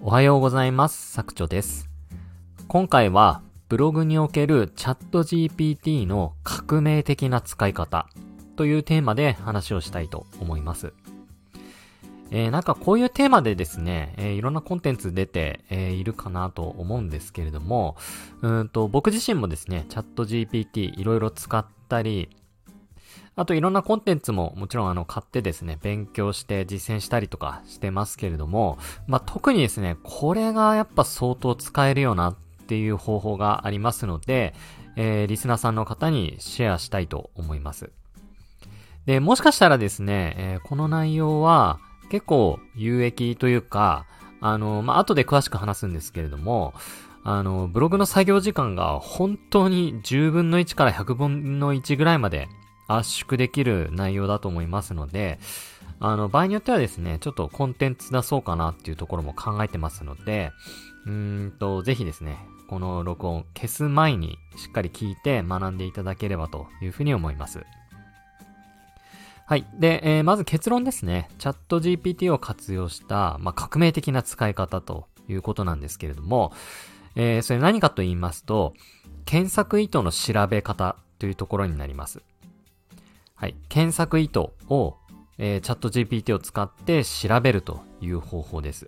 おはようございます。さくちょです。今回はブログにおけるチャット GPT の革命的な使い方というテーマで話をしたいと思います。なんかこういうテーマでですね、いろんなコンテンツ出て、いるかなと思うんですけれども、僕自身もですね、チャット GPT いろいろ使ったり、あといろんなコンテンツももちろん買ってですね、勉強して実践したりとかしてますけれども、特にですね、これがやっぱ相当使えるよなっていう方法がありますので、リスナーさんの方にシェアしたいと思います。で、もしかしたらですね、この内容は結構有益というか、後で詳しく話すんですけれども、ブログの作業時間が本当に10分の1から100分の1ぐらいまで圧縮できる内容だと思いますので、場合によってはですね、ちょっとコンテンツ出そうかなっていうところも考えてますので、ぜひですね、この録音消す前にしっかり聞いて学んでいただければというふうに思います。はい。で、まず結論ですね。チャット GPT を活用した、革命的な使い方ということなんですけれども、それ何かと言いますと、検索意図の調べ方というところになります。はい。検索意図を、チャット GPT を使って調べるという方法です。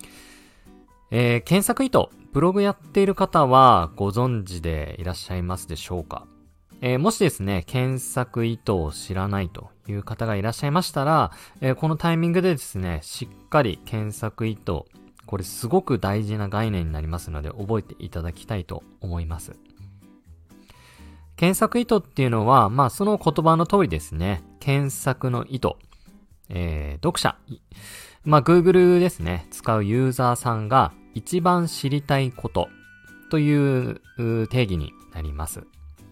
検索意図、ブログやっている方はご存知でいらっしゃいますでしょうか？もしですね、検索意図を知らないという方がいらっしゃいましたら、このタイミングでですね、しっかり検索意図、これすごく大事な概念になりますので覚えていただきたいと思います。検索意図っていうのは、その言葉の通りですね。検索の意図。読者。Google ですね。使うユーザーさんが一番知りたいことという定義になります。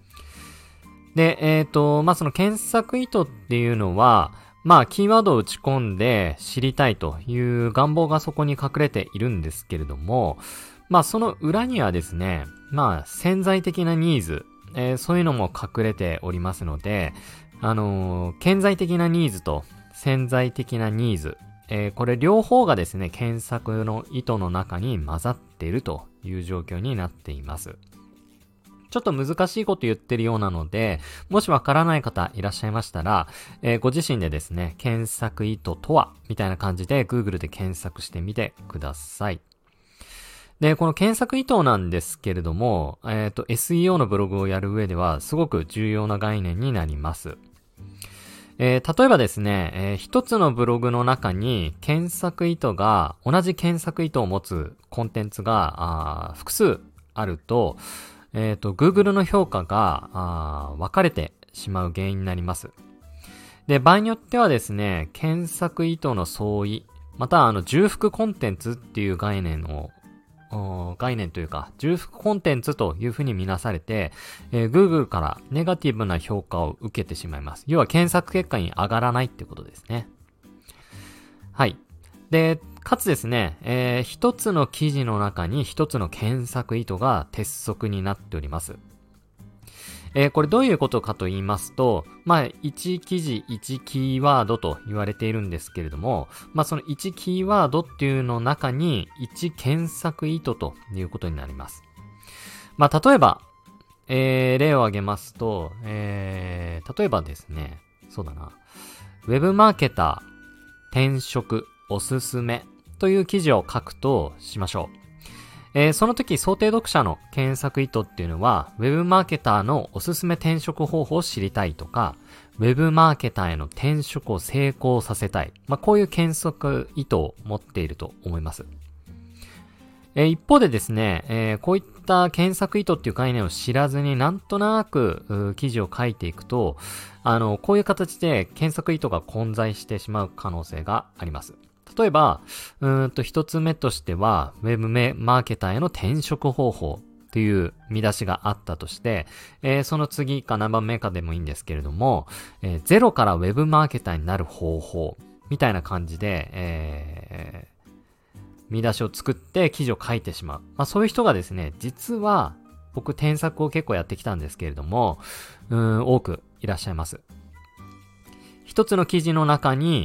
で、その検索意図っていうのは、キーワードを打ち込んで知りたいという願望がそこに隠れているんですけれども、その裏にはですね、潜在的なニーズ、そういうのも隠れておりますので、顕在的なニーズと潜在的なニーズ、これ両方がですね、検索の意図の中に混ざっているという状況になっています。ちょっと難しいこと言ってるようなので、もしわからない方いらっしゃいましたら、ご自身でですね、検索意図とはみたいな感じで Google で検索してみてください。で、この検索意図なんですけれども、SEO のブログをやる上ではすごく重要な概念になります。例えばですね、一つのブログの中に検索意図が、同じ検索意図を持つコンテンツが複数あると、Google の評価が分かれてしまう原因になります。で、場合によってはですね、検索意図の相違、また重複コンテンツっていう概念というか、重複コンテンツというふうに見なされて、Google からネガティブな評価を受けてしまいます。要は検索結果に上がらないってことですね。はい。で、かつですね、一つの記事の中に一つの検索意図が鉄則になっております。これどういうことかと言いますと、1記事1キーワードと言われているんですけれども、その1キーワードっていうの中に1検索意図ということになります。例えば、例を挙げますと、例えばですね、そうだな、ウェブマーケター、転職、おすすめという記事を書くとしましょう。その時想定読者の検索意図っていうのは、ウェブマーケターのおすすめ転職方法を知りたいとか、ウェブマーケターへの転職を成功させたい。こういう検索意図を持っていると思います。一方でですね、こういった検索意図っていう概念を知らずになんとなく記事を書いていくと、こういう形で検索意図が混在してしまう可能性があります。例えば、一つ目としては、ウェブマーケターへの転職方法という見出しがあったとして、その次か何番目かでもいいんですけれども、ゼロからウェブマーケターになる方法みたいな感じで、見出しを作って記事を書いてしまう。そういう人がですね、実は僕添削を結構やってきたんですけれども、多くいらっしゃいます。一つの記事の中に、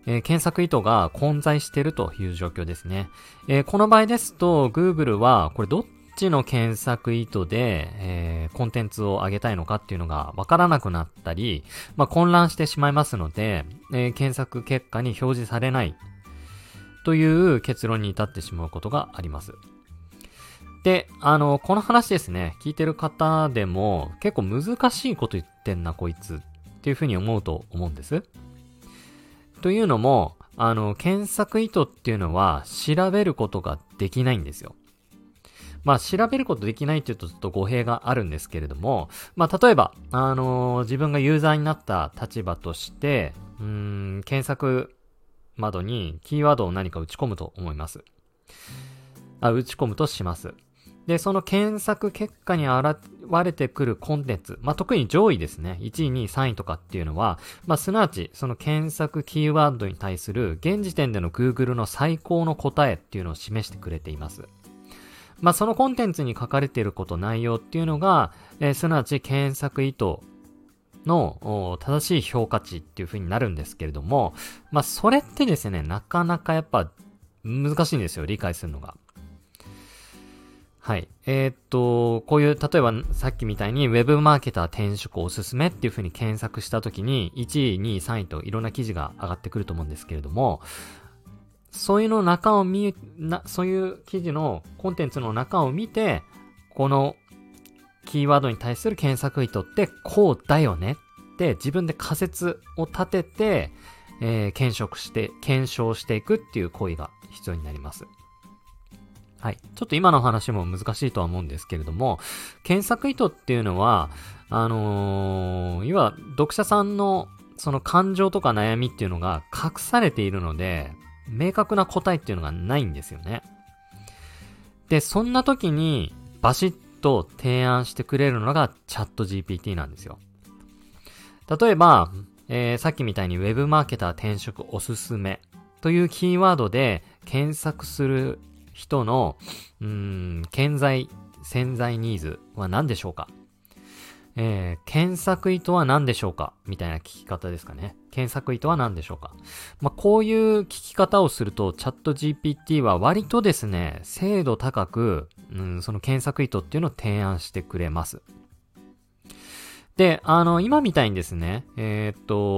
検索意図が混在しているという状況ですね。この場合ですと Google はこれどっちの検索意図で、コンテンツを上げたいのかっていうのがわからなくなったり、混乱してしまいますので、検索結果に表示されないという結論に至ってしまうことがあります。で、この話ですね、聞いてる方でも結構難しいこと言ってんなこいつっていうふうに思うと思うんです。というのも、検索意図っていうのは調べることができないんですよ。調べることできないっていうとちょっと語弊があるんですけれども、例えば、自分がユーザーになった立場として、検索窓にキーワードを何か打ち込むと思います。打ち込むとします。で、その検索結果に現れてくるコンテンツ、特に上位ですね、1位、2位、3位とかっていうのは、すなわち、その検索キーワードに対する現時点での Google の最高の答えっていうのを示してくれています。そのコンテンツに書かれていること、内容っていうのが、すなわち検索意図の正しい評価値っていう風になるんですけれども、それってですね、なかなかやっぱ難しいんですよ、理解するのが。はい。こういう、例えばさっきみたいに Web マーケター転職おすすめっていう風に検索したときに、1位、2位、3位といろんな記事が上がってくると思うんですけれども、そういうそういう記事のコンテンツの中を見て、このキーワードに対する検索意図ってこうだよねって自分で仮説を立てて、検証していくっていう行為が必要になります。はい。ちょっと今の話も難しいとは思うんですけれども、検索意図っていうのは、要は読者さんのその感情とか悩みっていうのが隠されているので、明確な答えっていうのがないんですよね。で、そんな時にバシッと提案してくれるのがチャット GPT なんですよ。例えば、さっきみたいに Web マーケター転職おすすめというキーワードで検索する人の潜在ニーズは何でしょうか、検索意図は何でしょうかみたいな聞き方ですかね。検索意図は何でしょうか。こういう聞き方をするとチャット GPT は割とですね、精度高く、その検索意図っていうのを提案してくれます。で、今みたいにですね、ウェ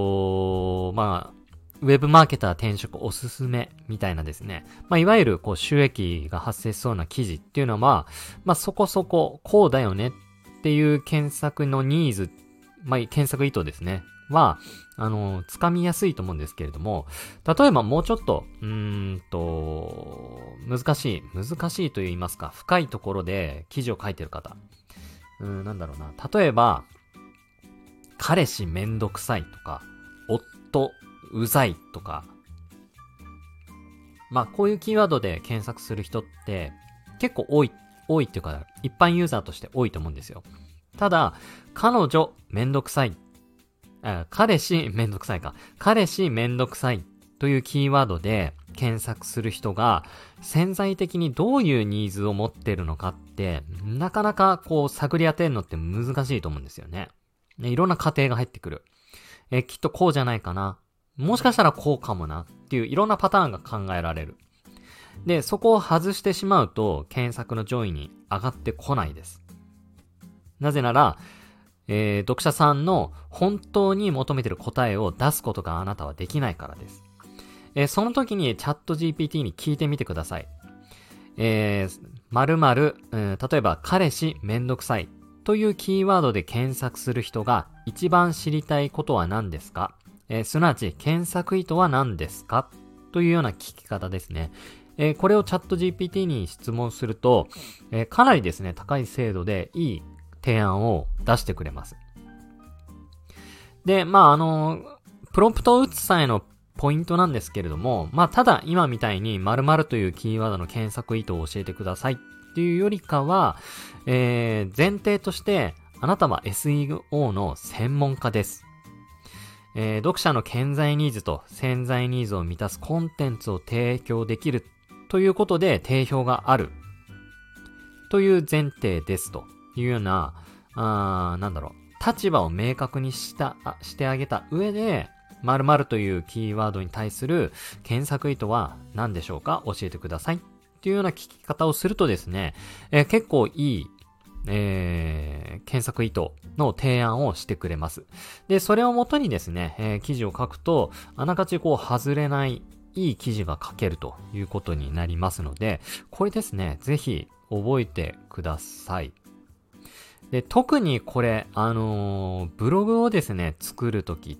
ブマーケター転職おすすめみたいなですね、いわゆるこう収益が発生しそうな記事っていうのは、そこそここうだよねっていう検索のニーズ、検索意図ですね、は、つかみやすいと思うんですけれども、例えばもうちょっと、難しいと言いますか、深いところで記事を書いてる方。例えば、彼氏めんどくさいとか、夫うざいとか、こういうキーワードで検索する人って結構多いっていうか、一般ユーザーとして多いと思うんですよ。ただ、彼氏めんどくさいというキーワードで検索する人が潜在的にどういうニーズを持っているのかって、なかなかこう探り当てるのって難しいと思うんですよね。いろんな過程が入ってくる。きっとこうじゃないかな。もしかしたらこうかもなっていういろんなパターンが考えられる。で、そこを外してしまうと検索の上位に上がってこないです。なぜなら、読者さんの本当に求めている答えを出すことがあなたはできないからです。その時にチャット GPT に聞いてみてください。〇〇、例えば彼氏めんどくさいというキーワードで検索する人が一番知りたいことは何ですか、すなわち検索意図は何ですかというような聞き方ですね。これをチャット GPT に質問すると、かなりですね、高い精度でいい提案を出してくれます。で、プロンプトを打つ際のポイントなんですけれども、ただ今みたいに〇〇というキーワードの検索意図を教えてくださいっていうよりかは、前提としてあなたは SEO の専門家です。読者の潜在ニーズと潜在ニーズを満たすコンテンツを提供できるということで定評があるという前提ですというような、立場を明確にしてあげた上で、 〇〇というキーワードに対する検索意図は何でしょうか、教えてくださいっていうような聞き方をするとですね、結構いい、検索意図の提案をしてくれます。で、それをもとにですね、記事を書くと、あながち外れないいい記事が書けるということになりますので、これですね、ぜひ覚えてください。で、特にこれ、ブログをですね、作るときって、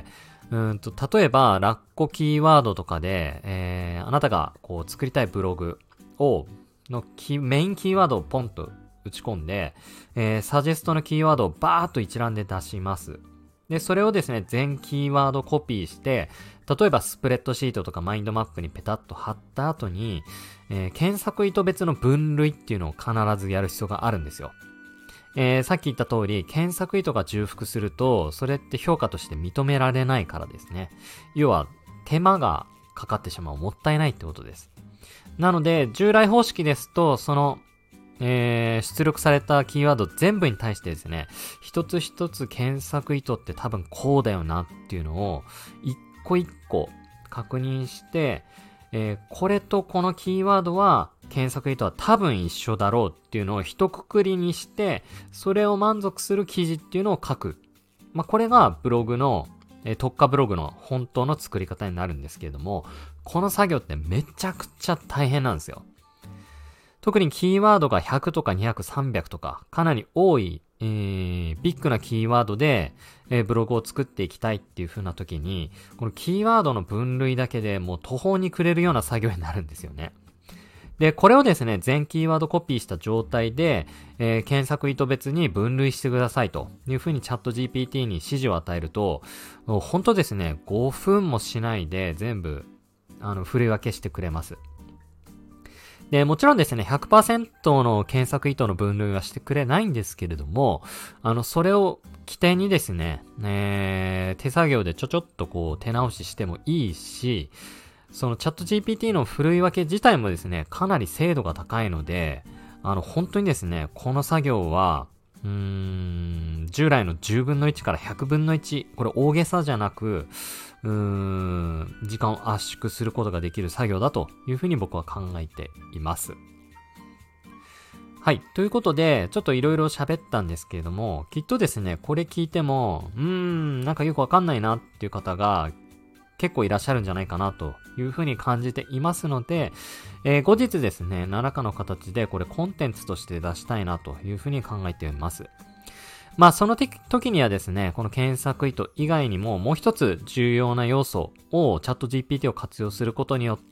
例えば、ラッコキーワードとかで、あなたが作りたいブログのメインキーワードをポンと打ち込んで、サジェストのキーワードをバーっと一覧で出します。で、それをですね、全キーワードコピーして、例えばスプレッドシートとかマインドマップにペタッと貼った後に、検索意図別の分類っていうのを必ずやる必要があるんですよ。さっき言った通り、検索意図が重複すると、それって評価として認められないからですね。要は、手間がかかってしまう、もったいないってことです。なので、従来方式ですと、その、出力されたキーワード全部に対してですね、一つ一つ検索意図って多分こうだよなっていうのを、一個一個確認して、これとこのキーワードは、検索意図は多分一緒だろうっていうのを一括りにして、それを満足する記事っていうのを書く。これがブログの、特化ブログの本当の作り方になるんですけれども、この作業ってめちゃくちゃ大変なんですよ。特にキーワードが100とか200、300とか、かなり多い、ビッグなキーワードで、ブログを作っていきたいっていう風な時に、このキーワードの分類だけでもう途方に暮れるような作業になるんですよね。で、これをですね、全キーワードコピーした状態で、検索意図別に分類してくださいという風にチャット GPT に指示を与えると、本当ですね、5分もしないで全部、振り分けしてくれます。で、もちろんですね、100% の検索意図の分類はしてくれないんですけれども、それを起点にですね、手作業でちょっと手直ししてもいいし、そのチャット GPT の振り分け自体もですね、かなり精度が高いので、本当にですね、この作業は、従来の10分の1から100分の1、これ大げさじゃなく、時間を圧縮することができる作業だというふうに僕は考えています。はい。ということで、ちょっといろいろ喋ったんですけれども、きっとですね、これ聞いても、なんかよくわかんないなっていう方が結構いらっしゃるんじゃないかなというふうに感じていますので、後日ですね、何らかの形でこれコンテンツとして出したいなというふうに考えています。その時にはですね、この検索意図以外にももう一つ重要な要素をチャット GPT を活用することによって、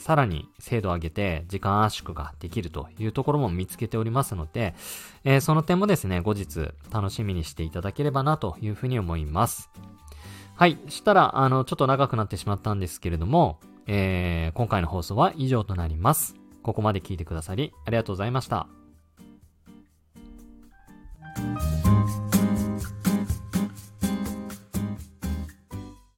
さらに精度を上げて時間圧縮ができるというところも見つけておりますので、その点もですね、後日楽しみにしていただければなというふうに思います。はい。したら、ちょっと長くなってしまったんですけれども、今回の放送は以上となります。ここまで聞いてくださりありがとうございました。